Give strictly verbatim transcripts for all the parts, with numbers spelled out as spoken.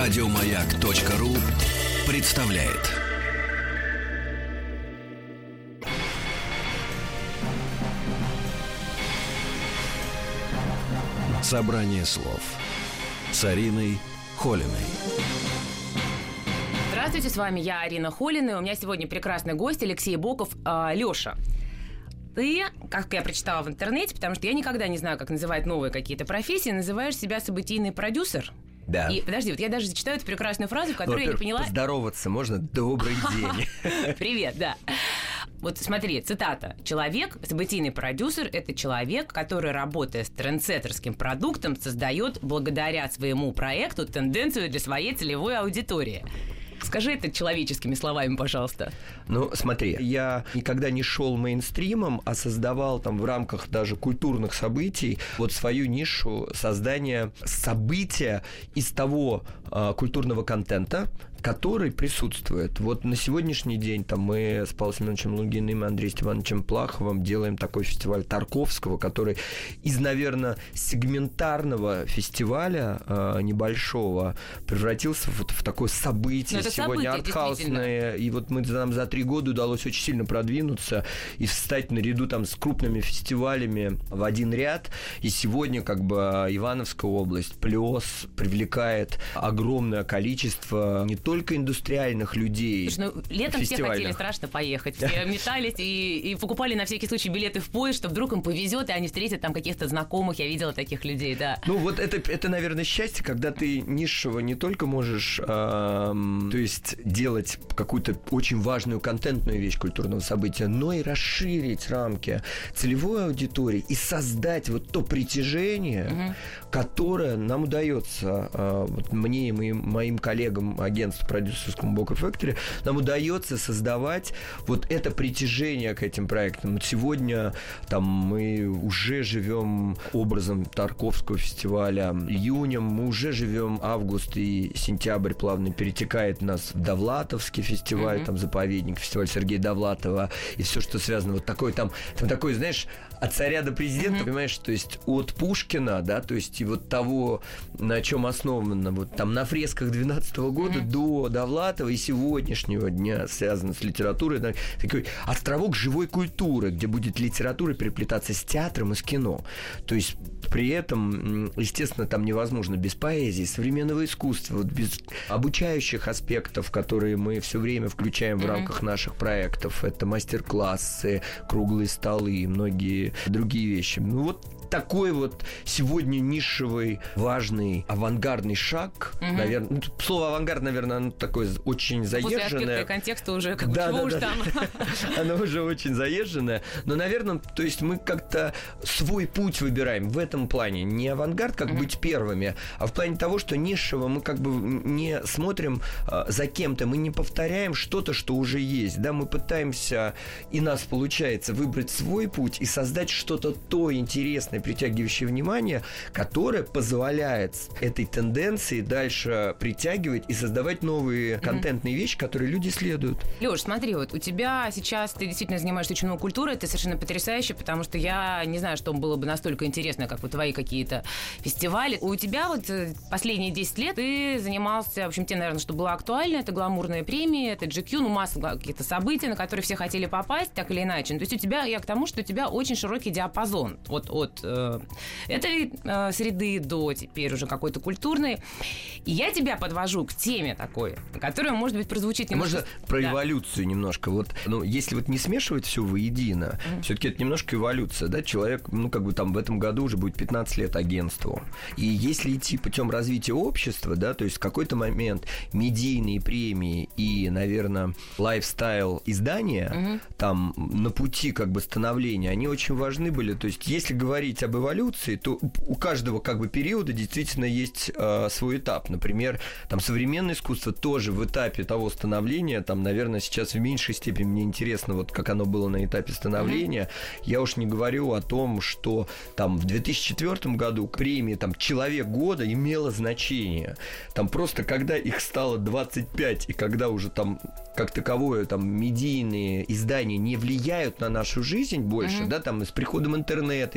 Радиомаяк.ру представляет. Собрание слов с Ариной Холиной. Здравствуйте, с вами я, Арина Холина. У меня сегодня прекрасный гость Алексей Боков. э, Леша, ты, как я прочитала в интернете, потому что я никогда не знаю, как называть новые какие-то профессии, называешь себя событийный продюсер. Да. И подожди, вот я даже зачитаю эту прекрасную фразу, в которой я не поняла. Поздороваться можно. Добрый день. Привет, да. Вот смотри, цитата. Человек, событийный продюсер, это человек, который, работая с трендсеттерским продуктом, создает благодаря своему проекту тенденцию для своей целевой аудитории. Скажи это человеческими словами, пожалуйста. Ну, смотри, я никогда не шел мейнстримом, а создавал там в рамках даже культурных событий вот свою нишу создания события из того э, культурного контента, который присутствует. Вот на сегодняшний день там мы с Павлом Семеновичем Лунгиным и Андреем Степановичем Плаховым делаем такой фестиваль Тарковского, который из, наверное, сегментарного фестиваля э, небольшого превратился вот в такое событие. Сегодня артхаусное. И вот мы, нам за три года удалось очень сильно продвинуться и встать наряду там с крупными фестивалями в один ряд. И сегодня как бы Ивановская область, Плёс, привлекает огромное количество не только индустриальных людей. Слушай, ну, летом все хотели страшно поехать. Все метались и, и покупали на всякий случай билеты в поезд, что вдруг им повезет, и они встретят там каких-то знакомых. Я видела таких людей, да. Ну, вот это, это наверное, счастье, когда ты низшего не только можешь, эм, то есть делать какую-то очень важную контентную вещь культурного события, но и расширить рамки целевой аудитории и создать вот то притяжение, угу. которое нам удается, э, вот мне и моим, моим коллегам, агентству продюсерскому Bokov Factory, нам удается создавать вот это притяжение к этим проектам. Вот сегодня там мы уже живем образом Тарковского фестиваля, июнем мы уже живем август и сентябрь плавно перетекает у нас в Довлатовский фестиваль, mm-hmm. там заповедник, фестиваль Сергея Довлатова и все, что связано. Вот такой там, там такой, знаешь, от царя до президента, mm-hmm. понимаешь, то есть от Пушкина, да, то есть и вот того, на чем основано, вот там на фресках двенадцатого года mm-hmm. до Довлатова и сегодняшнего дня связано с литературой, да, такой островок живой культуры, где будет литература переплетаться с театром и с кино. То есть при этом, естественно, там невозможно без поэзии, современного искусства, вот без обучающих аспектов, которые мы все время включаем в mm-hmm. рамках наших проектов. Это мастер-классы, круглые столы и многие другие вещи. Ну вот такой вот сегодня нишевый, важный, авангардный шаг, mm-hmm. наверное. Ну, слово авангард, наверное, оно такое очень заезженное. После аспекта контекста уже как да, бы чего да, уж да, там. Да. Оно уже очень заезженное. Но, наверное, то есть мы как-то свой путь выбираем в этом плане. Не авангард, как mm-hmm. быть первыми, а в плане того, что нишево мы как бы не смотрим а, за кем-то, мы не повторяем что-то, что уже есть. Да, мы пытаемся, и нас получается, выбрать свой путь и создать что-то то интересное, притягивающее внимание, которое позволяет этой тенденции дальше притягивать и создавать новые mm-hmm. контентные вещи, которые люди следуют. Лёш, смотри, вот у тебя сейчас, ты действительно занимаешься очень много культурой, это совершенно потрясающе, потому что я не знаю, что было бы настолько интересно, как вот твои какие-то фестивали. У тебя вот последние десять лет ты занимался, в общем, тебе, наверное, что было актуально, это гламурные премии, это джи кью, ну, масса каких-то событий, на которые все хотели попасть, так или иначе. Ну, то есть у тебя, я к тому, что у тебя очень широкий диапазон вот от э, этой э, среды до теперь уже какой-то культурной. И я тебя подвожу к теме такой, которая, может быть, прозвучит немножко... Можно про да. эволюцию немножко? Вот, ну, если вот не смешивать все воедино, mm-hmm. все-таки это немножко эволюция, да? Человек, ну, как бы там в этом году уже будет пятнадцать лет агентству. И если идти путем развития общества, да, то есть в какой-то момент медийные премии и, наверное, лайфстайл издания mm-hmm. там на пути как бы становления, они очень важны были. То есть если говорить об эволюции, то у каждого как бы периода действительно есть э, свой этап. Например, там современное искусство тоже в этапе того становления, там, наверное, сейчас в меньшей степени мне интересно, вот как оно было на этапе становления. Mm-hmm. Я уж не говорю о том, что там в две тысячи четвёртом году премия там «Человек года» имела значение. Там просто когда их стало двадцать пять, и когда уже там как таковое там медийные издания не влияют на нашу жизнь больше, mm-hmm. да, там с приходом интернета и со многими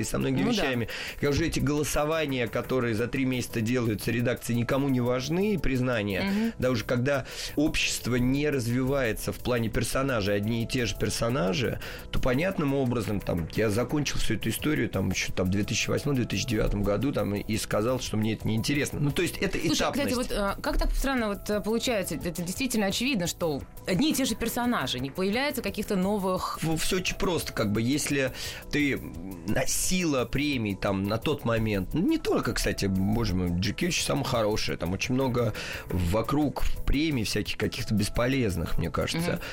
Ну вещами. да. Как уже эти голосования, которые за три месяца делаются, редакции никому не важны, признания. Угу. Да, уже когда общество не развивается в плане персонажей, одни и те же персонажи, то понятным образом, там, я закончил всю эту историю там еще там, в две тысячи восьмом - две тысячи девятом году там, и сказал, что мне это неинтересно. Ну, то есть это Слушай, этапность. кстати, вот как так странно вот получается? Это действительно очевидно, что одни и те же персонажи, не появляется каких-то новых... Все очень просто, как бы, если ты... Сила премий там на тот момент, ну, не только, кстати, боже мой, джи кью очень самое хорошее, там очень много вокруг премий всяких каких-то бесполезных, мне кажется. Mm-hmm.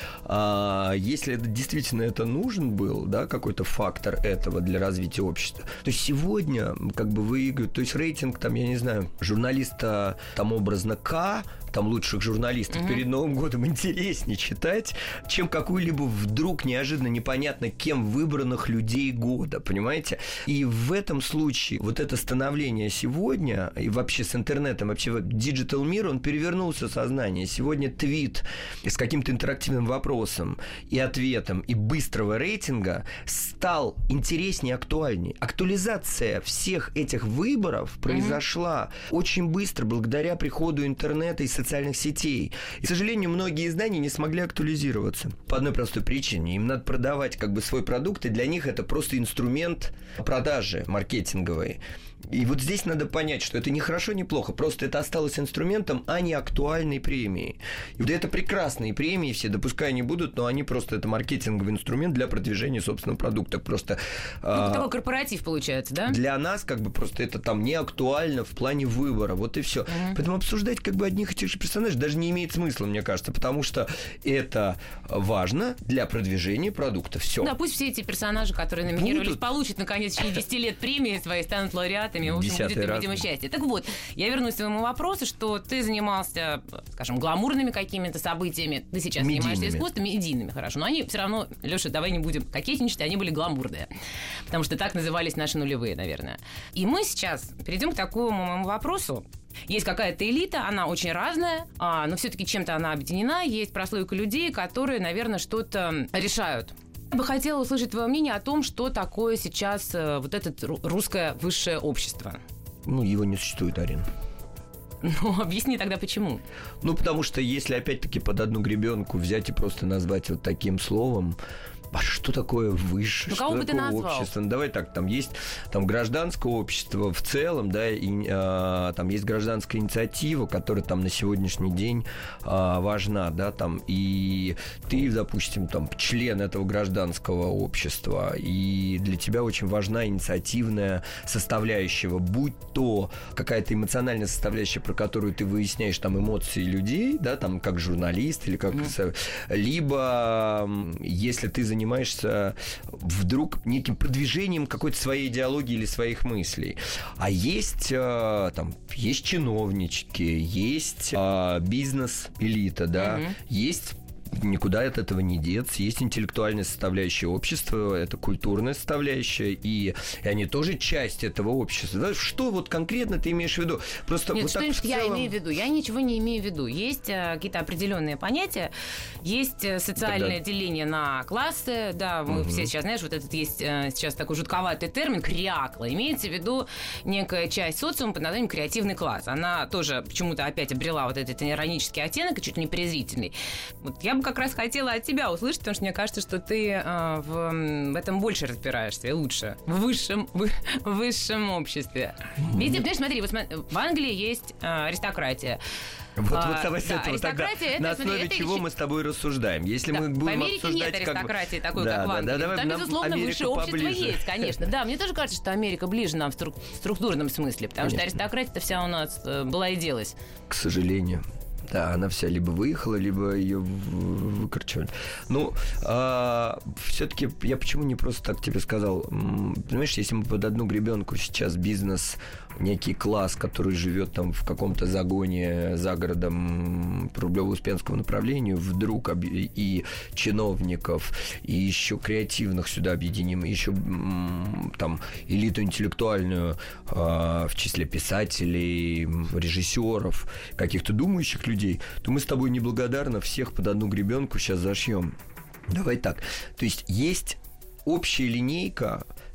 А если это, действительно это нужен был, да, какой-то фактор этого для развития общества, то сегодня как бы выигрывают, то есть рейтинг, там, я не знаю, журналиста, там, образно К, там, лучших журналистов mm-hmm. перед Новым годом интереснее читать, чем какую-либо вдруг неожиданно непонятно кем выбранных людей года, понимаете? И в этом случае вот это становление сегодня, и вообще с интернетом, вообще диджитал мир, он перевернулся сознание. Сегодня твит с каким-то интерактивным вопросом и ответом, и быстрого рейтинга стал интереснее, актуальнее. Актуализация всех этих выборов произошла mm-hmm. очень быстро благодаря приходу интернета и социальных сетей. И, к сожалению, многие издания не смогли актуализироваться. По одной простой причине. Им надо продавать как бы свой продукт, и для них это просто инструмент продажи маркетинговой. И вот здесь надо понять, что это не хорошо, не плохо, просто это осталось инструментом, а не актуальной премией. И вот это прекрасные премии все, да пускай они будут, но они просто это маркетинговый инструмент для продвижения собственного продукта. Просто, ну, а, такой корпоратив получается, да? Для нас как бы просто это там не актуально в плане выбора, вот и все. Mm-hmm. Поэтому обсуждать как бы одних и тех же персонажей даже не имеет смысла, мне кажется, потому что это важно для продвижения продукта. Все. Да, пусть все эти персонажи, которые номинировались, будут... получат наконец в течение десяти лет премии свои, станут лауреатами. В общем, будет им, видимо, счастье. Так вот, я вернусь к своему вопросу, что ты занимался, скажем, гламурными какими-то событиями. Ты сейчас медийными. Занимаешься искусством, медийными, хорошо. Но они все равно, Леша, давай не будем кокетничать, они были гламурные. Потому что так назывались наши нулевые, наверное. И мы сейчас перейдем к такому моему вопросу. Есть какая-то элита, она очень разная, а, но все-таки чем-то она объединена. Есть прослойка людей, которые, наверное, что-то решают. Я бы хотела услышать твое мнение о том, что такое сейчас э, вот это русское высшее общество. Ну, его не существует, Арина. Ну, объясни тогда, почему. Ну, потому что если, опять-таки, под одну гребенку взять и просто назвать вот таким словом, а что такое высшее, ну, что кого бы такое ты назвал? общество? Ну, давай так, там есть там гражданское общество в целом, да, и а, там есть гражданская инициатива, которая там на сегодняшний день а, важна, да, там, и ты, допустим, там, член этого гражданского общества, и для тебя очень важна инициативная составляющая, будь то какая-то эмоциональная составляющая, про которую ты выясняешь там эмоции людей, да, там, как журналист или как... Mm. Либо, если ты занимаешься занимаешься вдруг неким продвижением какой-то своей идеологии или своих мыслей. А есть, там, есть чиновнички, есть бизнес-элита, да, mm-hmm. есть... Никуда от этого не деться. Есть интеллектуальная составляющая общества, это культурная составляющая, и, и они тоже часть этого общества. Да? Что вот конкретно ты имеешь в виду? Просто Нет, вот что так в я целом... имею в виду? Я ничего не имею в виду. Есть а, какие-то определенные понятия, есть социальное Тогда... деление на классы, да, мы угу. все сейчас, знаешь, вот этот есть а, сейчас такой жутковатый термин крякла. Имеется в виду некая часть социума под названием креативный класс. Она тоже почему-то опять обрела вот этот иронический оттенок и чуть ли не презрительный. Вот я бы как раз хотела от тебя услышать, потому что мне кажется, что ты э, в, в этом больше разбираешься и лучше. В высшем, в, в высшем обществе. Mm-hmm. Видите, понимаешь, смотри, вот, в Англии есть э, аристократия. Вот, а, вот давай да, с этого тогда. Это, на основе смотри, чего это... мы с тобой рассуждаем. Если да, мы будем в Америке обсуждать... нет аристократии как... такой, да, как в Англии. Да, да, Там, безусловно, Америка высшее общество поближе. есть, конечно. Да, мне тоже кажется, что Америка ближе нам в стру... структурном смысле, потому конечно. Что аристократия-то вся у нас была и делась. К сожалению. Да, она вся либо выехала, либо ее выкорчевали. Ну, а, все-таки я почему не просто так тебе сказал? Понимаешь, если мы под одну гребенку сейчас бизнес, некий класс, который живет там в каком-то загоне за городом по Рублево-Успенскому направлению, вдруг об... и чиновников, и еще креативных сюда объединим, и еще там элиту интеллектуальную, а, в числе писателей, режиссеров, каких-то думающих людей, то мы с тобой неблагодарно всех под одну гребенку сейчас зашьем. Давай так. То есть есть общая линейка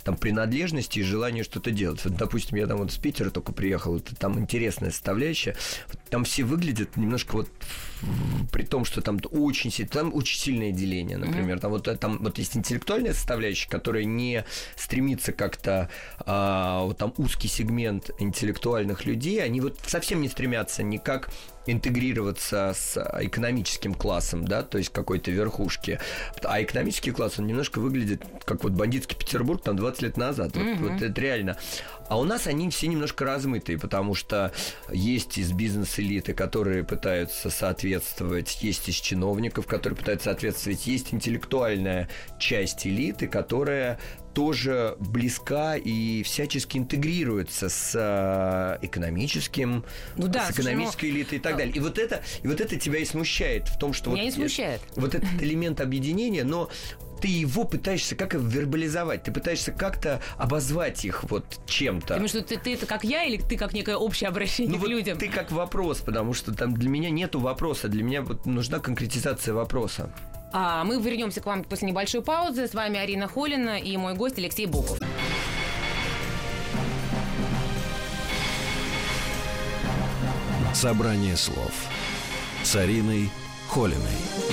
там принадлежности и желания что-то делать. Вот, допустим, я там вот с Питера только приехал, это там интересная составляющая. Там все выглядят немножко вот при том, что там очень, там очень сильное деление, например. Mm-hmm. Там, вот, там вот есть интеллектуальная составляющая, которая не стремится как-то а, вот там узкий сегмент интеллектуальных людей, они вот совсем не стремятся никак интегрироваться с экономическим классом, да, то есть какой-то верхушки. А экономический класс, он немножко выглядит как вот бандитский Петербург там двадцать лет назад. Mm-hmm. Вот, вот это реально. А у нас они все немножко размытые, потому что есть из бизнес-элиты, которые пытаются соответствовать, есть из чиновников, которые пытаются соответствовать, есть интеллектуальная часть элиты, которая тоже близка и всячески интегрируется с экономическим, ну да, с экономической но... элитой и так далее. И вот это, и вот это тебя и смущает в том, что меня вот не смущает. Вот этот элемент объединения, но ты его пытаешься как вербализовать, ты пытаешься как-то обозвать их вот чем-то. Ты думаешь, что ты, ты это как я или ты как некое общее обращение ну, к вот людям? Ты как вопрос, потому что там для меня нету вопроса, для меня вот нужна конкретизация вопроса. А мы вернемся к вам после небольшой паузы. С вами Арина Холина и мой гость Алексей Боков. Собрание слов с Ариной Холиной.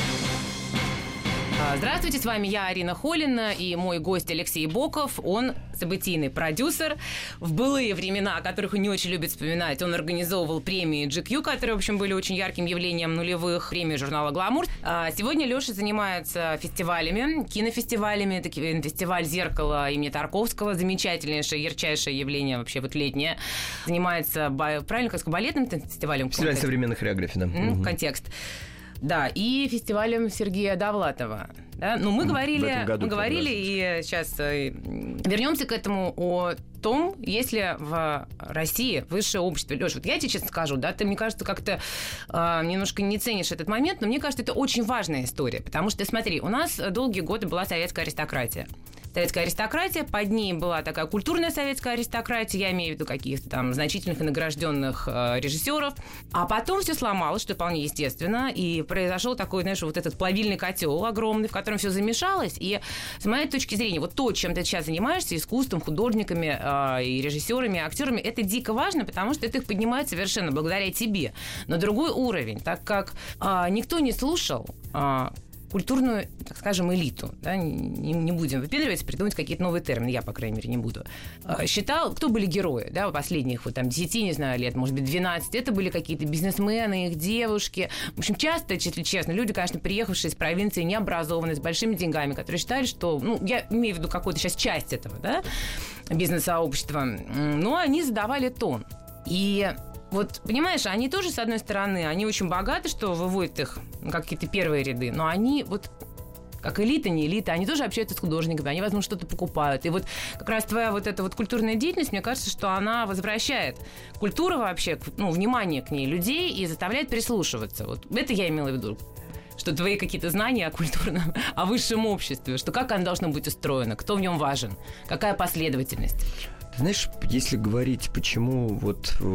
Здравствуйте, с вами я, Арина Холина, и мой гость Алексей Боков. Он событийный продюсер. В былые времена, о которых он не очень любит вспоминать, он организовывал премии джи кью, которые, в общем, были очень ярким явлением нулевых, премии журнала «Гламур». А сегодня Леша занимается фестивалями, кинофестивалями. Такие, фестиваль «Зеркало» имени Тарковского, замечательнейшее, ярчайшее явление вообще вот летнее. Занимается, правильно как сказать, балетным фестивалем? Фестиваль современной хореографии, да. Mm, угу. Контекст. Да, и фестивалем Сергея Довлатова. Да? Ну, мы говорили, мы говорили и сейчас э, вернемся к этому о том, если в России высшее общество. Лёш, вот я тебе честно скажу, да, ты, мне кажется, как-то э, немножко не ценишь этот момент, но мне кажется, это очень важная история, потому что, смотри, у нас долгие годы была советская аристократия. Советская аристократия, под ней была такая культурная советская аристократия, я имею в виду каких-то там значительных и награжденных э, режиссеров. А потом все сломалось, что вполне естественно, и произошел такой, знаешь, вот этот плавильный котел огромный, в котором все замешалось. И с моей точки зрения, вот то, чем ты сейчас занимаешься, искусством, художниками э, и режиссерами, и актерами, это дико важно, потому что это их поднимает совершенно благодаря тебе на другой уровень, так как э, никто не слушал э, культурную, так скажем, элиту. Да? Не, не будем выпендриваться, придумать какие-то новые термины. Я, по крайней мере, не буду. Считал, кто были герои, да, последних вот, там, десять, не знаю, лет, может быть, двенадцать. Это были какие-то бизнесмены, их девушки. В общем, часто, если честно, люди, конечно, приехавшие из провинции, необразованные, с большими деньгами, которые считали, что... Ну, я имею в виду какую-то сейчас часть этого, да, бизнес-сообщества. Но они задавали тон. И... Вот, понимаешь, они тоже, с одной стороны, они очень богаты, что выводят их как какие-то первые ряды, но они вот, как элита, не элита, они тоже общаются с художниками, они, возможно, что-то покупают. И вот как раз твоя вот эта вот культурная деятельность, мне кажется, что она возвращает культуру вообще, ну, внимание к ней людей и заставляет прислушиваться. Вот это я имела в виду. Что твои какие-то знания о культурном, о высшем обществе, что как оно должно быть устроено, кто в нем важен, какая последовательность. Знаешь, если говорить, почему вот э,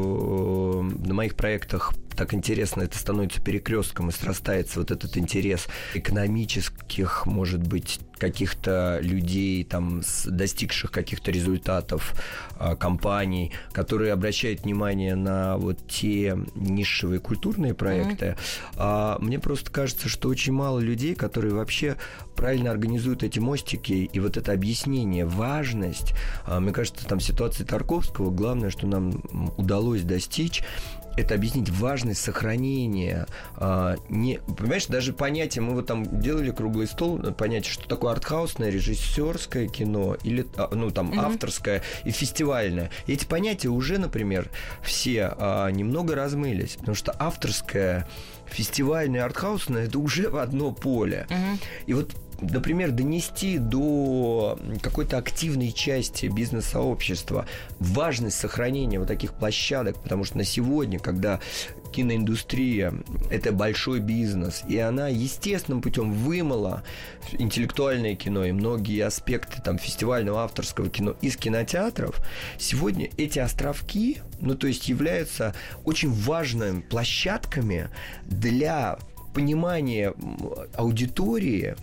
на моих проектах так интересно это становится перекрестком и срастается вот этот интерес экономических, может быть, каких-то людей, там, достигших каких-то результатов, э, компаний, которые обращают внимание на вот те нишевые культурные проекты. Mm-hmm. А мне просто кажется, что очень мало людей, которые вообще правильно организуют эти мостики и вот это объяснение, важность. А, мне кажется, там ситуация Тарковского, главное, что нам удалось достичь, это объяснить важность сохранения. А, не, понимаешь, даже понятие, мы вот там делали круглый стол, понятие, что такое артхаусное, режиссерское кино, или, ну, там, mm-hmm. авторское и фестивальное. И эти понятия уже, например, все а, немного размылись, потому что авторское, фестивальное и артхаусное — это уже в одно поле. Mm-hmm. И вот, например, донести до какой-то активной части бизнес-сообщества важность сохранения вот таких площадок, потому что на сегодня, когда киноиндустрия – это большой бизнес, и она естественным путем вымыла интеллектуальное кино и многие аспекты там, фестивального авторского кино из кинотеатров, сегодня эти островки, ну, то есть являются очень важными площадками для понимания аудитории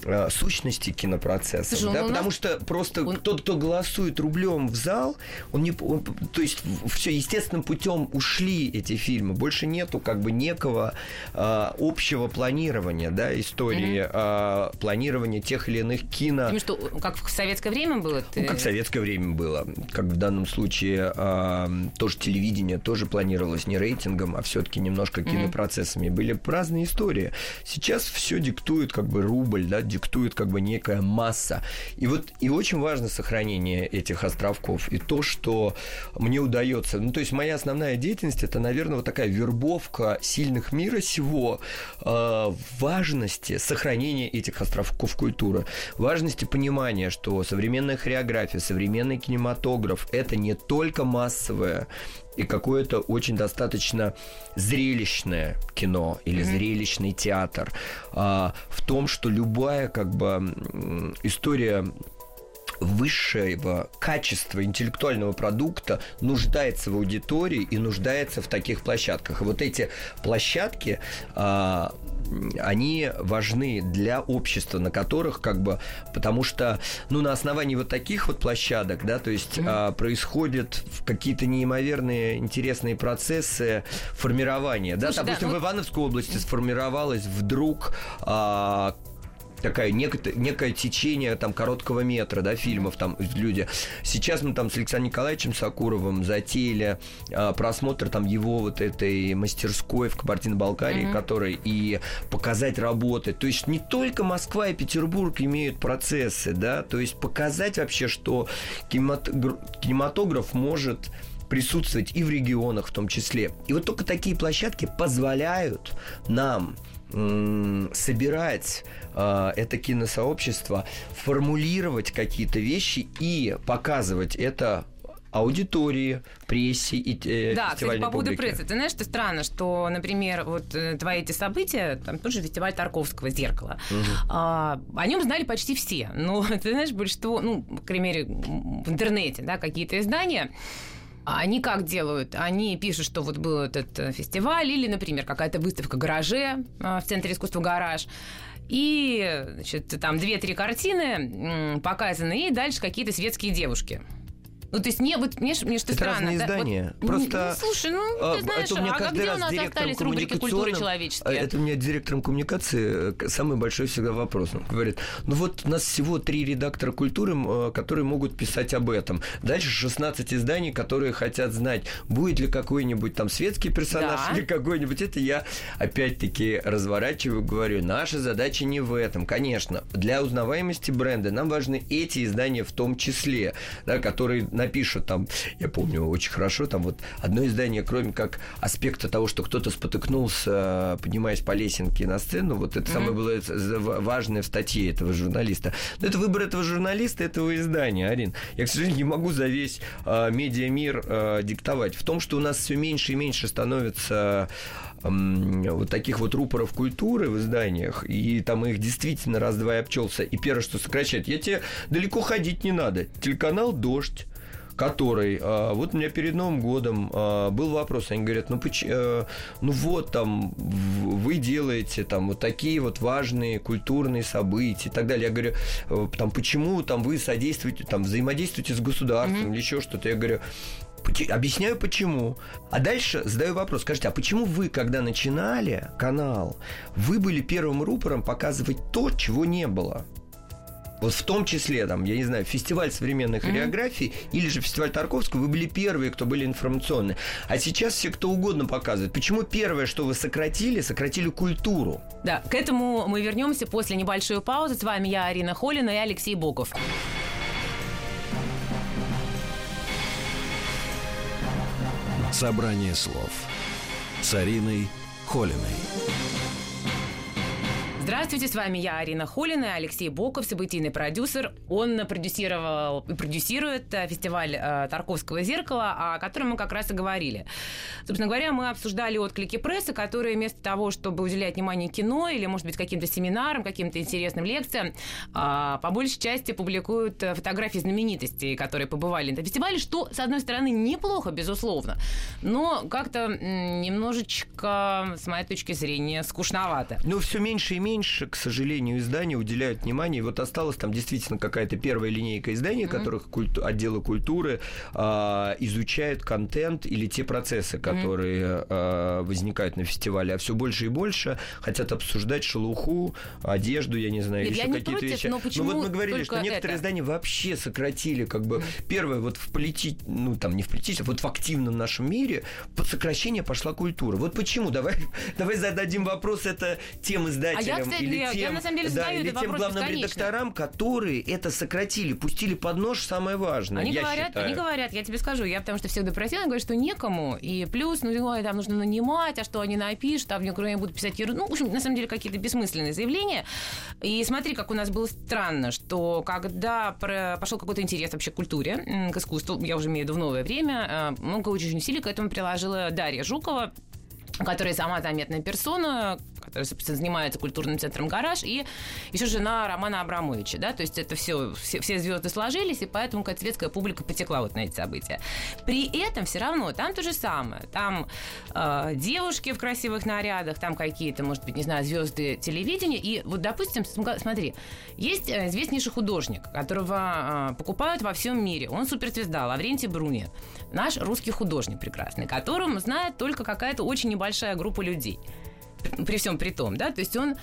э, сущности кинопроцесса. Слушай, да? он, Потому он... что просто он... тот, кто голосует рублем в зал, он не, он, то есть все естественным путем ушли эти фильмы. Больше нету как бы некого э, общего планирования, да, истории, mm-hmm. э, планирования тех или иных кино. Потому что как в советское время было? Ты... Ну, как в советское время было. Как в данном случае э, тоже телевидение тоже планировалось не рейтингом, а все-таки немножко кинопроцессами. Mm-hmm. Были разные истории. Сейчас все диктует как бы рубль, да, диктует как бы некая масса. И вот и очень важно сохранение этих островков. И то, что мне удается. Ну, то есть моя основная деятельность — это, наверное, вот такая вербовка сильных мира сего, э, важности сохранения этих островков культуры, важности понимания, что современная хореография, современный кинематограф — это не только массовое и какое-то очень достаточно зрелищное кино или mm-hmm. зрелищный театр, а, в том, что любая как бы история высшего качества интеллектуального продукта нуждается в аудитории и нуждается в таких площадках. И вот эти площадки, а, они важны для общества, на которых как бы, потому что, ну, на основании вот таких вот площадок, да, то есть mm-hmm. а, происходят какие-то неимоверные интересные процессы формирования, да, Слушай, допустим, да, ну... в Ивановской области сформировалась вдруг а, такая некое, некое течение там короткого метра, да, фильмов там люди. Сейчас мы там с Александром Николаевичем Сакуровым затеяли а, просмотр там его вот этой мастерской в Кабардино-Балкарии, mm-hmm. которой и показать работы. То есть не только Москва и Петербург имеют процессы, да, то есть показать вообще, что кинематограф может присутствовать и в регионах в том числе. И вот только такие площадки позволяют нам собирать э, это киносообщество, формулировать какие-то вещи и показывать это аудитории, прессе и э, да, фестивальной кстати, по поводу публике. прессы. Ты знаешь, что странно, что, например, вот э, твои эти события, там тот же фестиваль Тарковского «Зеркало», угу. а, о нем знали почти все. Но, ты знаешь, большинство, ну, по крайней мере, в интернете, да, какие-то издания, они как делают? Они пишут, что вот был этот фестиваль, или, например, какая-то выставка в гараже, в Центре искусства «Гараж», и, значит, там две-три картины показаны, и дальше какие-то светские девушки. Ну, то есть, не, вот, мне, мне что это странно. разные да? издания. Вот, Просто, ну, слушай, ну, ты знаешь, это у меня а где у нас остались рубрики «Культуры человеческие»? Это у меня директором коммуникации самый большой всегда вопрос. Он говорит, ну вот у нас всего три редактора культуры, которые могут писать об этом. Дальше шестнадцать изданий, которые хотят знать, будет ли какой-нибудь там светский персонаж, да, или какой-нибудь. Это я опять-таки разворачиваю, говорю, наша задача не в этом. Конечно, для узнаваемости бренда нам важны эти издания в том числе, да, которые напишут там, я помню очень хорошо, там вот одно издание, кроме как аспекта того, что кто-то спотыкнулся, поднимаясь по лесенке на сцену, вот это mm-hmm. самое было важное в статье этого журналиста. Но это выбор этого журналиста, этого издания, Арин. Я, к сожалению, не могу за весь э, медиамир э, диктовать. В том, что у нас все меньше и меньше становится э, э, вот таких вот рупоров культуры в изданиях, и там их действительно раз-два и обчелся. И первое, что сокращает, я тебе далеко ходить не надо. Телеканал «Дождь», который, а, вот у меня перед Новым годом а, был вопрос, они говорят, ну, поч- а, ну вот там вы делаете там вот такие вот важные культурные события и так далее. Я говорю, там почему там вы содействуете, там взаимодействуете с государством mm-hmm. или еще что-то. Я говорю, объясняю почему. А дальше задаю вопрос, скажите, а почему вы, когда начинали канал, вы были первым рупором показывать то, чего не было? Вот в том числе, там, я не знаю, фестиваль современной хореографии mm-hmm. или же фестиваль Тарковского, вы были первые, кто были информационные. А сейчас все кто угодно показывает. Почему первое, что вы сократили, сократили культуру? Да, к этому мы вернемся после небольшой паузы. С вами я, Арина Холина, и Алексей Боков. Собрание слов с Ариной Холиной. Здравствуйте, с вами я, Арина Холина, и Алексей Боков, событийный продюсер. Он продюсировал и продюсирует фестиваль э, Тарковского «Зеркало», о котором мы как раз и говорили. Собственно говоря, мы обсуждали отклики прессы, которые вместо того, чтобы уделять внимание кино или, может быть, каким-то семинарам, каким-то интересным лекциям, э, по большей части публикуют фотографии знаменитостей, которые побывали на фестивале, что, с одной стороны, неплохо, безусловно, но как-то м, немножечко, с моей точки зрения, скучновато. Ну, все меньше и меньше меньше, к сожалению, издания уделяют внимание. И вот осталась там действительно какая-то первая линейка изданий, mm-hmm. которых культу- отделы культуры а, изучают контент или те процессы, которые mm-hmm. а, возникают на фестивале. А все больше и больше хотят обсуждать шелуху, одежду, я не знаю, Нет, еще какие-то против, вещи. Но почему ну вот мы говорили, что некоторые это? издания вообще сократили, как бы, mm-hmm. первое, вот в полити... ну там не в политическом, вот в активном нашем мире под сокращение пошла культура. Вот почему? Давай, давай зададим вопрос это тем издателям а я, кстати, или я, тем, я, на самом деле, да, или тем главным бесконечно. редакторам, которые это сократили, пустили под нож самое важное. Они я говорят, считаю. они говорят, я тебе скажу, я потому что всех допросила, они говорят, что некому, и плюс, ну, ой, там нужно нанимать, а что они напишут, а в они будут писать ерунду. Ну, в общем, на самом деле, какие-то бессмысленные заявления. И смотри, как у нас было странно, что когда про... пошел какой-то интерес вообще к культуре, к искусству, я уже имею в виду в новое время, много очень усилий к этому приложила Дарья Жукова, которая сама заметная персона, которая, собственно, занимается культурным центром «Гараж», и еще жена Романа Абрамовича, да, то есть это все, все, все звезды сложились, и поэтому какая-то светская публика потекла вот на эти события. При этом все равно там то же самое, там э, девушки в красивых нарядах, там какие-то, может быть, не знаю, звезды телевидения, и вот, допустим, смотри, есть известнейший художник, которого э, покупают во всем мире, он суперзвезда, Лаврентий Бруни, наш русский художник прекрасный, которым знает только какая-то очень небольшая группа людей. При всем при том, да, то есть он,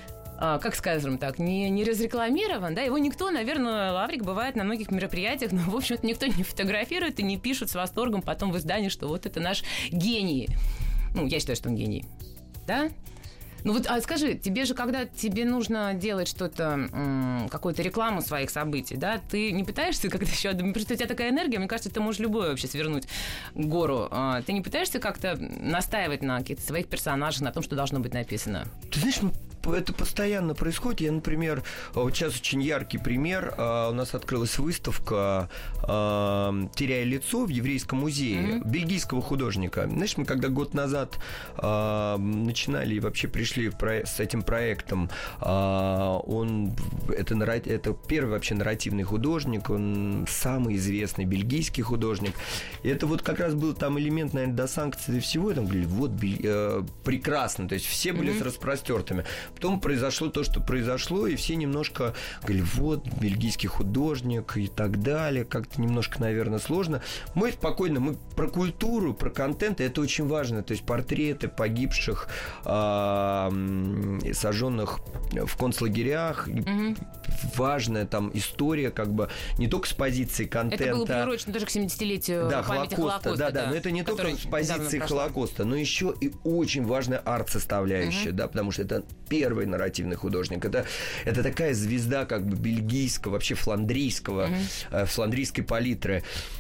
как скажем так, не, не разрекламирован, да, его никто, наверное, Лаврик бывает на многих мероприятиях, но, в общем-то, никто не фотографирует и не пишет с восторгом потом в издании, что вот это наш гений. Ну, я считаю, что он гений, да? Ну вот, а скажи, тебе же, когда тебе нужно делать что-то, м- какую-то рекламу своих событий, да, ты не пытаешься как-то еще... Просто у тебя такая энергия, мне кажется, ты можешь любое вообще свернуть гору. А, ты не пытаешься как-то настаивать на каких-то своих персонажах, на том, что должно быть написано? Ты знаешь, ну, это постоянно происходит. Я, например, вот сейчас очень яркий пример. У нас открылась выставка «Теряя лицо» в Еврейском музее mm-hmm. бельгийского художника. Знаешь, мы когда год назад начинали и вообще пришли с этим проектом, он это, это первый вообще нарративный художник, он самый известный бельгийский художник. И это вот как раз был там элемент, наверное, до санкций и всего. И там говорили, вот, бель... прекрасно. То есть все были mm-hmm. с распростертыми. Потом произошло то, что произошло, и все немножко говорили, вот, бельгийский художник и так далее. Как-то немножко, наверное, сложно. Мы спокойно, мы про культуру, про контент, и это очень важно. То есть портреты погибших, э, сожженных в концлагерях. Mm-hmm. Важная там история, как бы, не только с позиции контента. Это было приурочено даже к семидесятилетию да, памяти Холокоста. Да, да, да, но это не только с позиции Холокоста, но еще и очень важная арт-составляющая, mm-hmm. да, потому что это первый нарративный художник. Это, это такая звезда как бы бельгийского, вообще фландрийского, mm-hmm. э, фландрийской палитры.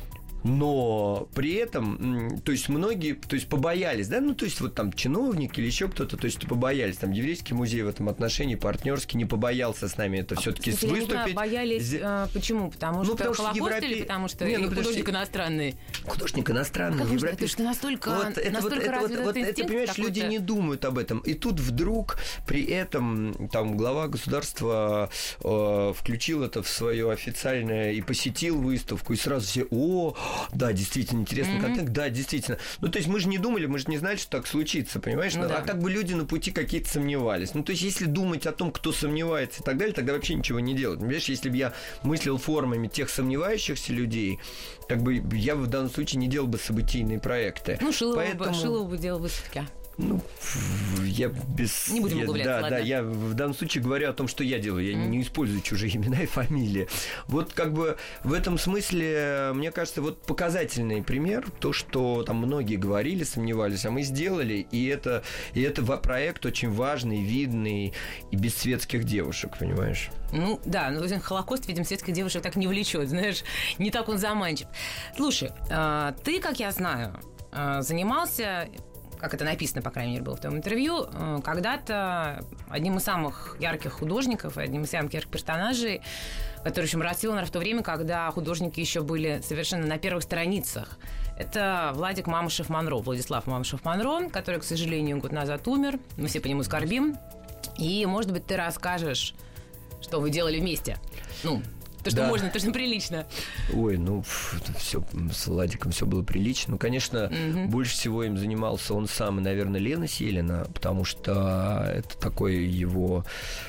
Но при этом, то есть многие, то есть побоялись, да, ну то есть вот там чиновник или еще кто-то, то есть побоялись, там еврейский музей в этом отношении партнерский не побоялся с нами это все-таки кстати, выступить. Я не знаю, боялись, а, почему? Потому что, ну, потому что Холокост Европе... или потому что не, ну, художник что... иностранный? Художник иностранный, как европейский. Потому что настолько, вот, это, настолько вот, развит это, вот, этот это, понимаешь, какой-то... люди не думают об этом. И тут вдруг при этом там глава государства э, включил это в свое официальное и посетил выставку, и сразу все, о, да, действительно, интересный mm-hmm. контент, да, действительно. Ну, то есть мы же не думали, мы же не знали, что так случится, понимаешь? Ну, да. А так бы люди на пути какие-то сомневались. Ну, то есть если думать о том, кто сомневается и так далее, тогда вообще ничего не делать. Понимаешь, если бы я мыслил формами тех сомневающихся людей, как бы я в данном случае не делал бы событийные проекты. Ну, Шилова Поэтому... бы, Шилова бы делал выставки. Ну, я без... Не будем углубляться, да, ладно. Да, я в данном случае говорю о том, что я делаю. Я mm. не использую чужие имена и фамилии. Вот как бы в этом смысле, мне кажется, вот показательный пример, то, что там многие говорили, сомневались, а мы сделали, и это, и это проект очень важный, видный и без светских девушек, понимаешь? Ну, да, но Холокост, видимо, светских девушек так не влечет, знаешь, не так он заманчив. Слушай, ты, как я знаю, занимался... как это написано, по крайней мере, было в том интервью, когда-то одним из самых ярких художников, одним из самых ярких персонажей, который еще расцвел, наверное, в то время, когда художники еще были совершенно на первых страницах. Это Владик Мамышев-Монро, Владислав Мамышев-Монро, который, к сожалению, год назад умер. Мы все по нему скорбим. И, может быть, ты расскажешь, что вы делали вместе. Ну, То, что Да. можно, то, что прилично. Ой, ну, все, с Владиком все было прилично. Ну, конечно, Мгм. больше всего им занимался он сам и, наверное, Лена Селина, потому что это такой его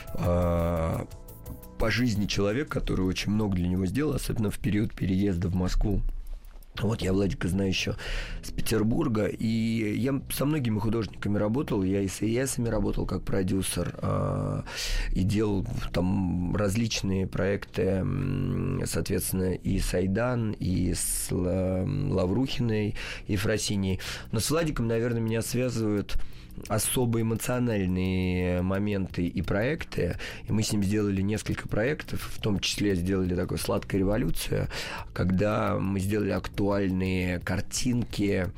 а, по жизни человек, который очень много для него сделал, особенно в период переезда в Москву. Вот я Владика знаю еще с Петербурга, и я со многими художниками работал, я и с ИЭСами работал как продюсер, а, и делал там различные проекты, м, соответственно, и с Айдан, и с Ла- Лаврухиной, и Фросиней. Но с Владиком, наверное, меня связывают особо эмоциональные моменты и проекты. И мы с ним сделали несколько проектов, в том числе сделали такую «Сладкая революция», когда мы сделали актуальные картинки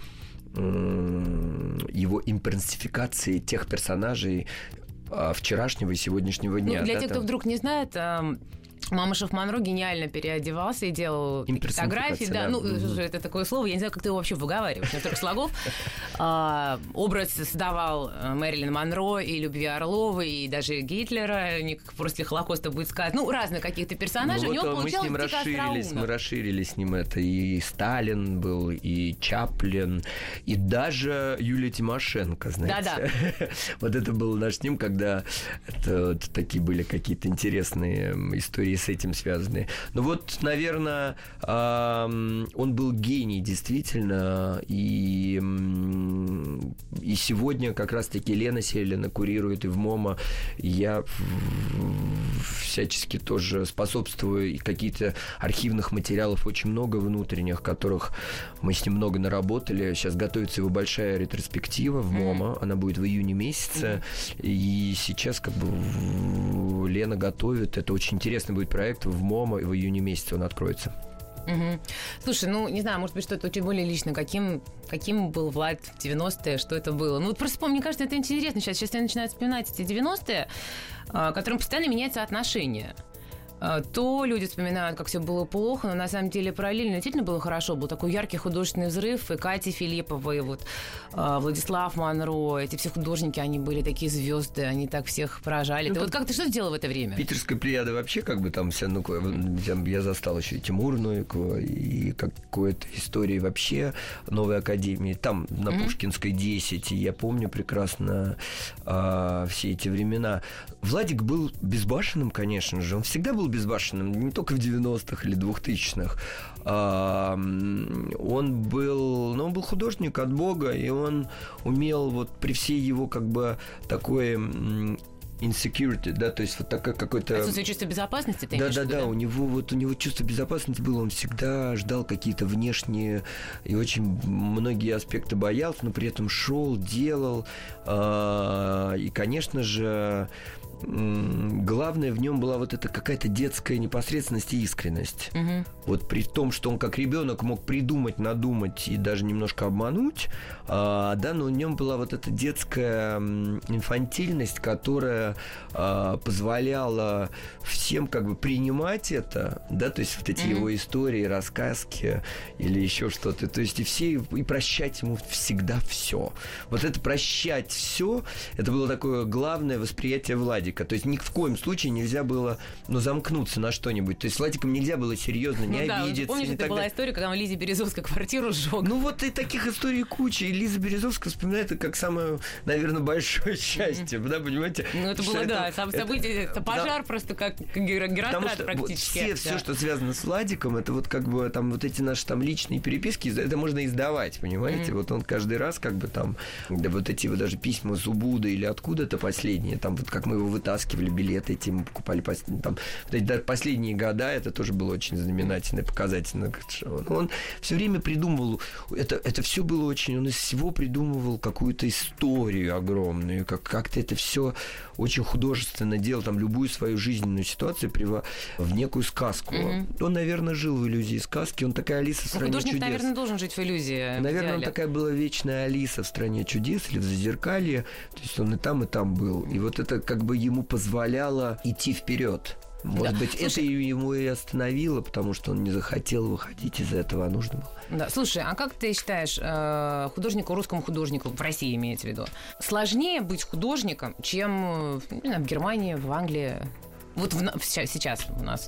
м, его имперсонификации тех персонажей а, вчерашнего и сегодняшнего дня. Ну, для да, тех, кто там. вдруг не знает, эм, Мамышев Монро гениально переодевался и делал такие фотографии. Да, да. ну, Мгм. это такое слово, я не знаю, как ты его вообще выговариваешь, на столько слогов. А, образ создавал э, Мэрилин Монро и Любви Орловой, и даже Гитлера, не как после Холокоста будет сказать. Ну, разных каких-то персонажей. Ну, У него вот мы с получалось ним дико расширились, остроумно. мы расширили с ним это. И Сталин был, и Чаплин, и даже Юлия Тимошенко, знаете. Да-да. Вот это был наш с ним, когда это вот такие были какие-то интересные истории с этим связаны. Ну вот, наверное, он был гений, действительно, и, и сегодня как раз-таки Лена Селина курирует и в МОМА. Я всячески тоже способствую, и какие-то архивных материалов очень много внутренних, которых мы с ним много наработали. Сейчас готовится его большая ретроспектива в МОМА, она будет в июне месяце, и сейчас как бы Лена готовит, это очень интересный будет проект в МОМА, и в июне месяце он откроется. Угу. Слушай, ну, не знаю, может быть, что-то очень более лично. Каким, каким был Влад в девяностые, что это было? Ну, вот просто вспомни, мне кажется, это интересно сейчас. Сейчас я начинаю вспоминать эти девяностые, к которым постоянно меняется отношение. То люди вспоминают, как все было плохо, но на самом деле параллельно действительно было хорошо. Был такой яркий художественный взрыв, и Катя Филиппова, и вот Владислав Монро, эти все художники, они были такие звезды, они так всех поражали. Ну, ты вот как ты что сделал в это время? Питерская плеяда вообще как бы там вся, ну, я застал еще и Тимура Новикова, и какой-то истории вообще новой академии. Там на mm-hmm. Пушкинской десять, и я помню прекрасно а, все эти времена. Владик был безбашенным, конечно же, он всегда был безбашенным, не только в девяностых или двухтысячных. А, он был, ну, он был художник от Бога, и он умел вот при всей его как бы такой insecurity, да, то есть вот такое какое-то... Отсутствие чувства безопасности, ты имеешь в виду? Да-да-да, у него вот у него чувство безопасности было, он всегда ждал какие-то внешние и очень многие аспекты боялся, но при этом шел, делал, а, и, конечно же, главное в нем была вот эта какая-то детская непосредственность и искренность. Угу. Вот при том, что он как ребенок мог придумать, надумать и даже немножко обмануть, а, да, но в нем была вот эта детская инфантильность, которая а, позволяла всем как бы принимать это, да, то есть вот эти угу. его истории, рассказки или еще что-то, то есть и все, и прощать ему всегда все. Вот это прощать все, это было такое главное восприятие Владика. То есть ни в коем случае нельзя было, ну, замкнуться на что-нибудь. То есть с Владиком нельзя было серьезно не ну, обидеться. Да, помнишь, это была далее. История, когда он Лизе Березовской квартиру сжег. Ну вот и таких историй куча. И Лиза Березовская вспоминает это как самое, наверное, большое счастье. Mm-hmm. Да, понимаете? Ну это было, это, да, сам событие, это, это пожар да, просто как Герострат практически. Вот все, все, что связано с Владиком, это вот как бы там вот эти наши там личные переписки, это можно издавать, понимаете? Mm-hmm. Вот он каждый раз как бы там, да, вот эти вот даже письма с Убуда или откуда-то последние, там вот как мы его вытаскивали, билеты эти мы покупали там, вот эти даже последние года, это тоже было очень знаменательно, показательно. Он все время придумывал, это, это все было очень, он из всего придумывал какую-то историю огромную, как, как-то это все очень художественно делал, там любую свою жизненную ситуацию привел в некую сказку. Mm-hmm. Он, наверное, жил в иллюзии сказки, он такая Алиса в стране художник, чудес. наверное, должен жить в иллюзии. Наверное, в он такая была вечная Алиса в стране чудес или в Зазеркалье, то есть он и там, и там был. И вот это как бы ему позволяло идти вперед. Может да. быть, слушай, это ему и остановило, потому что он не захотел выходить из этого, а нужно было. Да, слушай, а как ты считаешь, художнику, русскому художнику, в России имеется в виду, сложнее быть художником, чем не знаю, в Германии, в Англии? Вот в, сейчас у нас.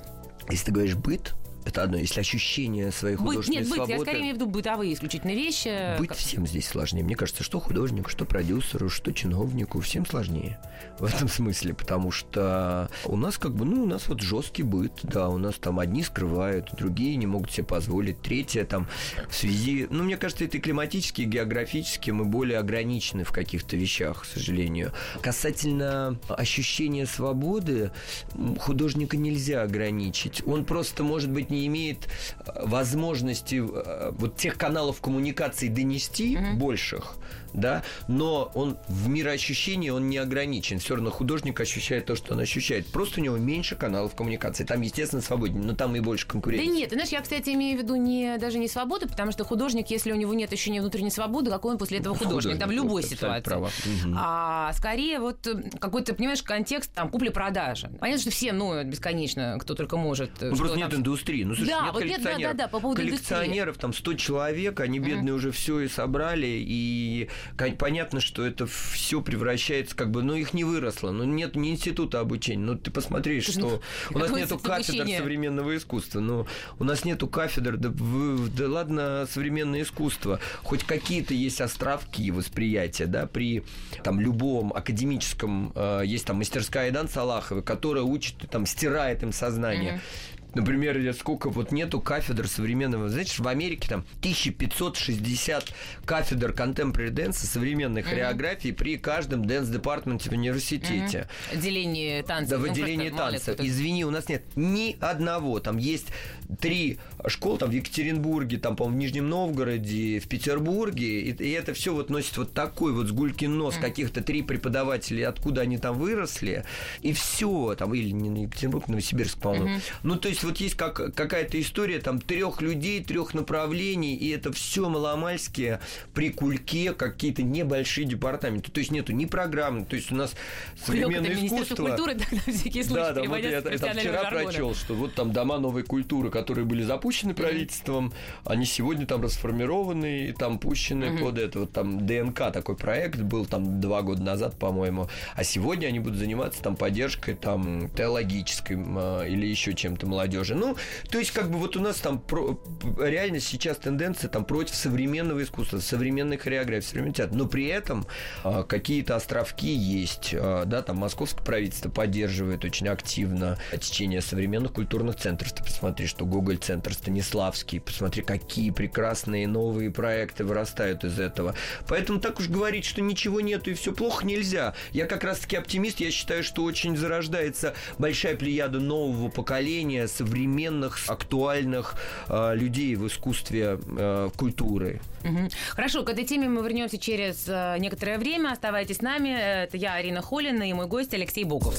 Если ты говоришь быт, это одно. Если ощущение своей быт, художественной нет, быт, свободы... я скорее имею в виду бытовые исключительно вещи. Быть как... всем здесь сложнее. Мне кажется, что художнику, что продюсеру, что чиновнику, всем сложнее в этом смысле, потому что у нас как бы, ну, у нас вот жесткий быт, да, у нас там одни скрывают, другие не могут себе позволить, третье там в связи... Ну, мне кажется, это и климатически, и географически мы более ограничены в каких-то вещах, к сожалению. Касательно ощущения свободы, художника нельзя ограничить. Он просто, может быть, не имеет возможности вот тех каналов коммуникации донести mm-hmm. больших, да, но он в мироощущении он не ограничен. Все равно художник ощущает то, что он ощущает. Просто у него меньше каналов коммуникации. Там, естественно, свободнее, но там и больше конкуренции. Да нет, ты знаешь, я, кстати, имею в виду не, даже не свободу, потому что художник, если у него нет ощущения внутренней свободы, какой он после этого художник? художник там в любой ситуации. Угу. А скорее вот какой-то, понимаешь, контекст там купли-продажи. Понятно, что все, ну, бесконечно, кто только может. Ну, просто нет там... индустрии. Ну, слушай, да, нет вот нет, да, да, да, по поводу коллекционеров, индустрии. Там сто человек, они бедные mm-hmm. уже все и собрали, и понятно, что это все превращается, как бы, ну, их не выросло, ну, нет ни института обучения, ну, ты посмотри, что ну, у нас нету кафедр обучения? Современного искусства, ну, у нас нету кафедр, да, да ладно, современное искусство, хоть какие-то есть островки восприятия, да, при, там, любом академическом, э, есть там мастерская Айдан Салаховой, которая учит, там, стирает им сознание. Mm-hmm. Например, сколько вот нету кафедр современного... Знаете, в Америке там тысяча пятьсот шестьдесят кафедр contemporary dance, современной mm-hmm. хореографии при каждом дэнс-департаменте в университете. Mm-hmm. Отделение танцев. Да, в отделении ну, танцев. Извини, у нас нет ни одного. Там есть три школы, там в Екатеринбурге, там, по-моему, в Нижнем Новгороде, в Петербурге, и, и это все вот носит вот такой вот сгулькин нос, mm-hmm. каких-то три преподавателя, откуда они там выросли, и все, там, или не Екатеринбург, Новосибирск, по-моему. Mm-hmm. Ну, то есть вот есть как, какая-то история там трех людей, трех направлений, и это все маломальски при кульке какие-то небольшие департаменты. То есть нету ни программы, то есть у нас современное искусство... Министерство культуры, да, на всякий случай, да, да, вот я, я там вчера жаргона. прочел, что вот там дома новой культуры, которые были запущены правительством, mm-hmm. они сегодня там расформированы и там пущены mm-hmm. под это. Вот там ДНК такой проект был там два года назад, по-моему, а сегодня они будут заниматься там поддержкой там теологической а, или еще чем-то молодежи. Ну, то есть, как бы вот у нас там про, реально сейчас тенденция там против современного искусства, современной хореографии, современного театра, но при этом а, какие-то островки есть, а, да, там московское правительство поддерживает очень активно течение современных культурных центров. Ты посмотри, что Гоголь-центр, Станиславский, посмотри, какие прекрасные новые проекты вырастают из этого. Поэтому так уж говорить, что ничего нету и все плохо, нельзя. Я как раз-таки оптимист, я считаю, что очень зарождается большая плеяда нового поколения современных, актуальных э, людей в искусстве, э, культуры. Угу. Хорошо, к этой теме мы вернемся через э, некоторое время. Оставайтесь с нами. Это я, Арина Холина, и мой гость Алексей Боков.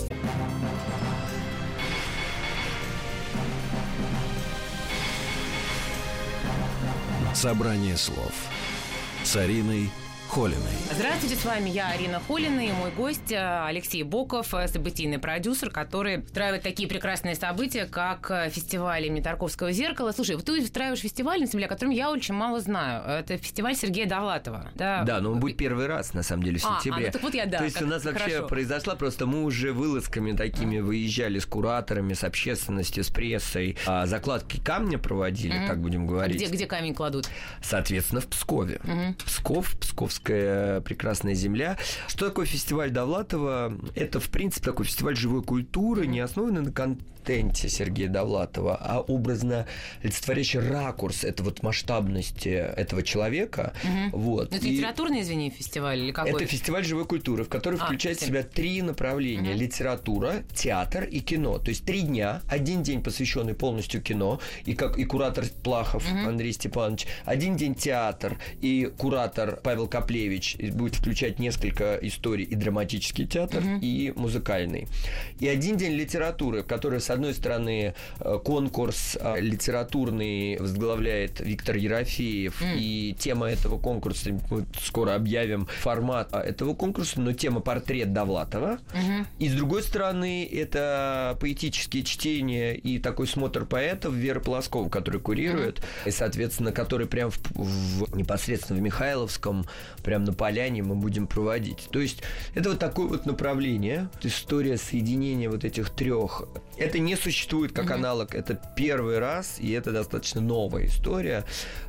Собрание слов с Ариной Холиной. Здравствуйте, с вами я, Арина Холина, и мой гость Алексей Боков, событийный продюсер, который устраивает такие прекрасные события, как фестиваль имени Тарковского «Зеркало». Слушай, вот ты устраиваешь фестиваль, на самом деле, о котором я очень мало знаю. Это фестиваль Сергея Довлатова. Да, да, но он будет первый раз, на самом деле, в сентябре. А, а ну так вот я, да. То есть как, у нас вообще хорошо. произошла, просто мы уже вылазками такими а. выезжали с кураторами, с общественностью, с прессой. А закладки камня проводили, угу. так будем говорить. А где, где камень кладут? Соответственно, в Пскове. Угу. Псков, Псковская прекрасная земля. Что такое фестиваль Довлатова? Это, в принципе, такой фестиваль живой культуры, не основанный на контенте Сергея Довлатова, а образно олицетворяющий ракурс, это вот масштабности этого человека. Угу. Вот. Это и литературный, извини, фестиваль или какой? Это фестиваль живой культуры, в который а, включает в себя три направления. Угу. Литература, театр и кино. То есть три дня, один день посвященный полностью кино, и, как, и куратор Плахов угу. Андрей Степанович, один день театр, и куратор Павел Коплевич будет включать несколько историй, и драматический театр, угу. и музыкальный. И один день литературы, в которой, с одной стороны, конкурс литературный возглавляет Виктор Ерофеев, mm. и тема этого конкурса, мы скоро объявим формат этого конкурса, но тема портрет Довлатова. Mm-hmm. И, с другой стороны, это поэтические чтения и такой смотр поэтов Веры Полоскова, который курирует, mm-hmm. и, соответственно, который прям в, в, непосредственно в Михайловском прямо на поляне мы будем проводить. То есть это вот такое вот направление, история соединения вот этих трех. Это не существует как mm-hmm. аналог, это первый раз, и это достаточно новая история.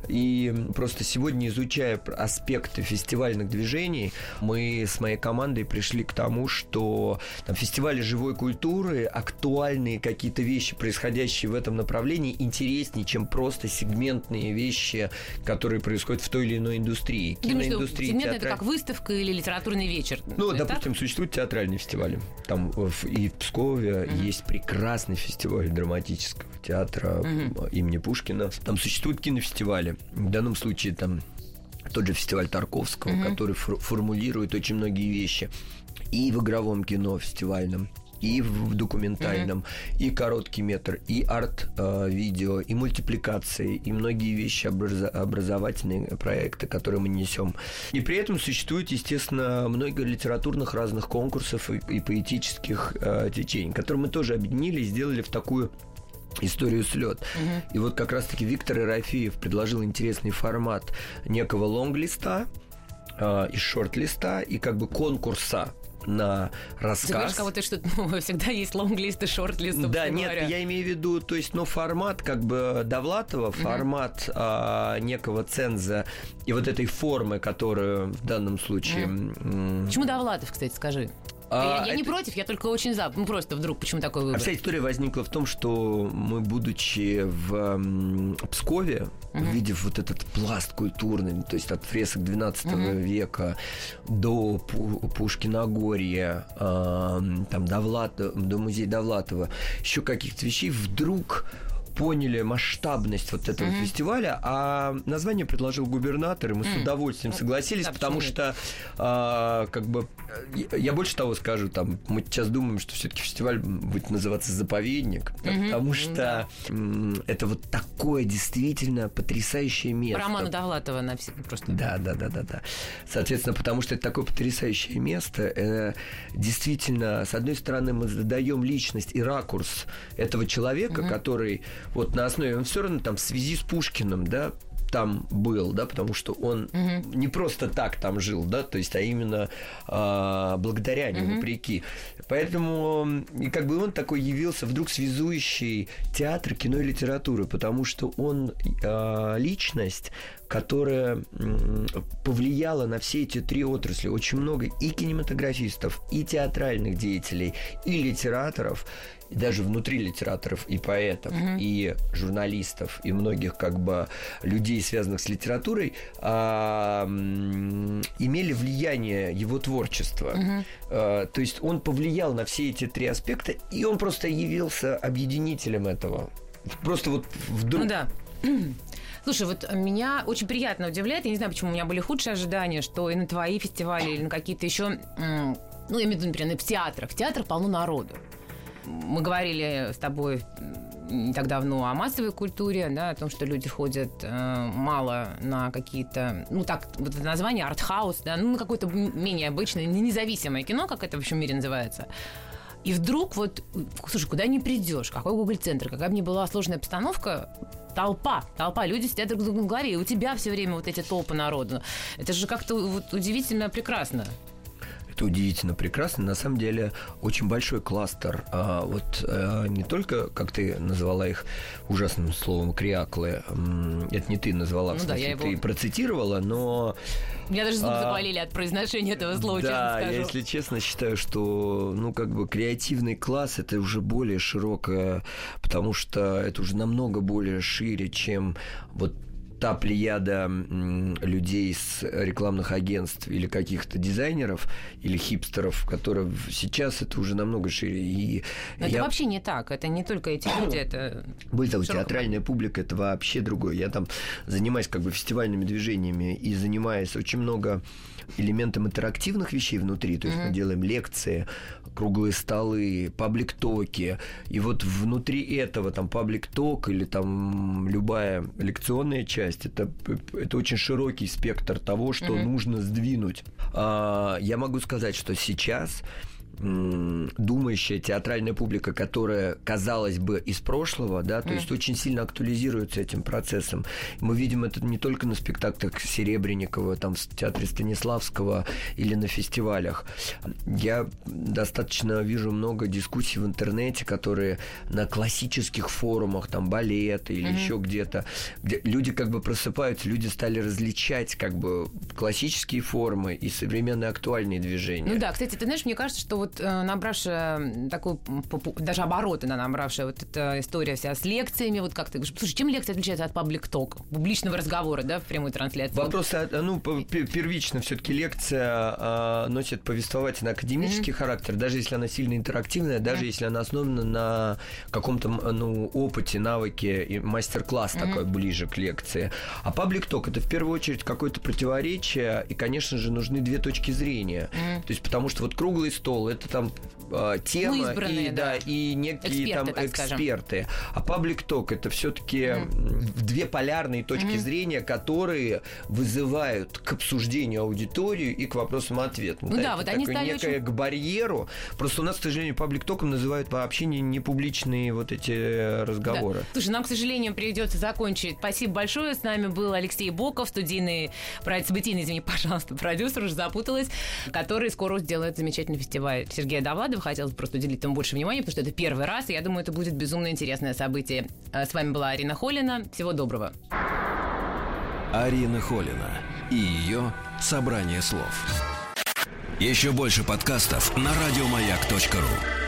И просто сегодня, изучая аспекты фестивальных движений, мы с моей командой пришли к тому, что там, фестивали живой культуры, актуальные какие-то вещи, происходящие в этом направлении, интереснее, чем просто сегментные вещи, которые происходят в той или иной индустрии. Киноиндустрии, сегментная театраль... это как выставка или литературный вечер? Ну, это допустим, так? Существуют театральные фестивали. Там и в Пскове mm-hmm. есть прекрасный фестиваль драматического театра mm-hmm. имени Пушкина. Там существуют кинофестивали. В данном случае там тот же фестиваль Тарковского, mm-hmm. который фор- формулирует очень многие вещи. И в игровом кино фестивальном, и в документальном, mm-hmm. и короткий метр, и арт-видео, и мультипликации, и многие вещи, образ- образовательные проекты, которые мы несем. И при этом существует, естественно, много литературных разных конкурсов и, и поэтических э, течений, которые мы тоже объединили и сделали в такую историю «Слет». Uh-huh. И вот как раз-таки Виктор Ерофеев предложил интересный формат некого лонглиста э, и шорт-листа, и как бы конкурса на рассказ. Ты знаешь, кого-то что-то, ну, всегда есть лонглист и шорт-лист, да, нет, говоря. Я имею в виду, то есть, ну, формат как бы Довлатова, uh-huh. формат а, некого ценза и вот этой формы, которую в данном случае... Uh-huh. М- Почему Довлатов, кстати, скажи? А, я я это... не против, я только очень за. Ну, просто вдруг, почему такой выбор? А вся история возникла в том, что мы, будучи в м, Пскове, uh-huh. увидев вот этот пласт культурный, то есть от фресок двенадцатого uh-huh. века до Пу- Пушкиногорья, э, там, Довлатова, до музея Довлатова, еще каких-то вещей, вдруг поняли масштабность вот этого mm-hmm. фестиваля, а название предложил губернатор, и мы mm-hmm. с удовольствием согласились, да, потому что а, как бы я больше того скажу, там мы сейчас думаем, что все-таки фестиваль будет называться «Заповедник», mm-hmm. потому что mm-hmm. это вот такое действительно потрясающее место. По роману Довлатова на все просто. Да, да, да, да, да. Соответственно, потому что это такое потрясающее место, э, действительно, с одной стороны, мы задаем личность и ракурс этого человека, mm-hmm. который вот на основе, он все равно там в связи с Пушкиным, да, там был, да, потому что он uh-huh. не просто так там жил, да, то есть, а именно а, благодаря нему, uh-huh. вопреки. Поэтому и как бы он такой явился вдруг связующий театр, кино и литературы, потому что он а, личность, которая м, повлияла на все эти три отрасли. Очень много и кинематографистов, и театральных деятелей, и литераторов, и даже внутри литераторов, и поэтов, uh-huh. и журналистов, и многих как бы людей, связанных с литературой, а, м, имели влияние его творчества. Uh-huh. А, то есть он повлиял на все эти три аспекта, и он просто явился объединителем этого. Просто вот вдруг... Ну да. Слушай, вот меня очень приятно удивляет, я не знаю, почему у меня были худшие ожидания, что и на твои фестивали, или на какие-то еще, ну, я имею в виду, например, в театрах. В театрах полно народу. Мы говорили с тобой не так давно о массовой культуре, да, о том, что люди ходят э, мало на какие-то, ну, так, вот это название артхаус, да, ну, на какое-то менее обычное, независимое кино, как это в общем мире называется. И вдруг вот, слушай, куда не придешь, какой Google-центр, какая бы ни была сложная обстановка, толпа, толпа, люди сидят друг другу в голове, и у тебя все время вот эти толпы народу. Это же как-то вот удивительно прекрасно. Это удивительно прекрасно. На самом деле очень большой кластер. А, вот а, не только, как ты назвала их ужасным словом, криаклы. Это не ты назвала, ну, в смысле, да, ты его... процитировала, но... Меня даже зубы а, заболели от произношения этого слова, да, честно скажу. Да, я, если честно, считаю, что, ну, как бы креативный класс — это уже более широкое, потому что это уже намного более шире, чем вот та плеяда м, людей с рекламных агентств или каких-то дизайнеров или хипстеров, которые сейчас это уже намного шире. И Но я... Это вообще не так. Это не только эти люди, это... Более того, театральная публика — это вообще другое. Я там занимаюсь как бы фестивальными движениями и занимаюсь очень много элементом интерактивных вещей внутри. То есть mm-hmm. мы делаем лекции, круглые столы, паблик-токи. И вот внутри этого там паблик-ток или там любая лекционная часть, это, это очень широкий спектр того, что mm-hmm. нужно сдвинуть. А, я могу сказать, что сейчас м- думающая театральная публика, которая, казалось бы, из прошлого, да, то mm. есть очень сильно актуализируется этим процессом. Мы видим это не только на спектаклях Серебренникова, там, в театре Станиславского или на фестивалях. Я достаточно вижу много дискуссий в интернете, которые на классических форумах, там, балета или mm-hmm. еще где-то, где люди как бы просыпаются, люди стали различать как бы классические формы и современные актуальные движения. Ну да, кстати, ты знаешь, мне кажется, что вот э, набравшая такой, даже обороты, да, набравшая вот эта история вся с лекциями, вот как ты говоришь, слушай, чем лекция отличается от паблик-тока, публичного разговора, да, в прямой трансляции? Вопрос, ну, первично все-таки лекция а, носит повествовательно-академический mm-hmm. характер, даже если она сильно интерактивная, даже mm-hmm. если она основана на каком-то, ну, опыте, навыке и мастер-класс mm-hmm. такой ближе к лекции. А паблик-ток — это в первую очередь какое-то противоречие, и, конечно же, нужны две точки зрения. Mm-hmm. То есть, потому что вот круглый стол — это там э, тема ну, и, да, и некие эксперты, там эксперты. А паблик-ток — это все-таки mm-hmm. две полярные точки mm-hmm. зрения, которые вызывают к обсуждению аудиторию и к вопросам-ответам. Ну да, да, вот они стали некое очень... к барьеру. Просто у нас, к сожалению, паблик-током называют вообще не, не публичные вот эти разговоры. Да. Слушай, нам, к сожалению, придется закончить. Спасибо большое. С нами был Алексей Боков, студийный, событийный, извини, пожалуйста, продюсер, уже запуталась, который скоро сделает замечательный фестиваль Сергея Довлатова. Хотелось просто уделить ему больше внимания, потому что это первый раз, и я думаю, это будет безумно интересное событие. С вами была Арина Холина. Всего доброго. Арина Холина и ее собрание слов. Еще больше подкастов на радиомаяк точка ру.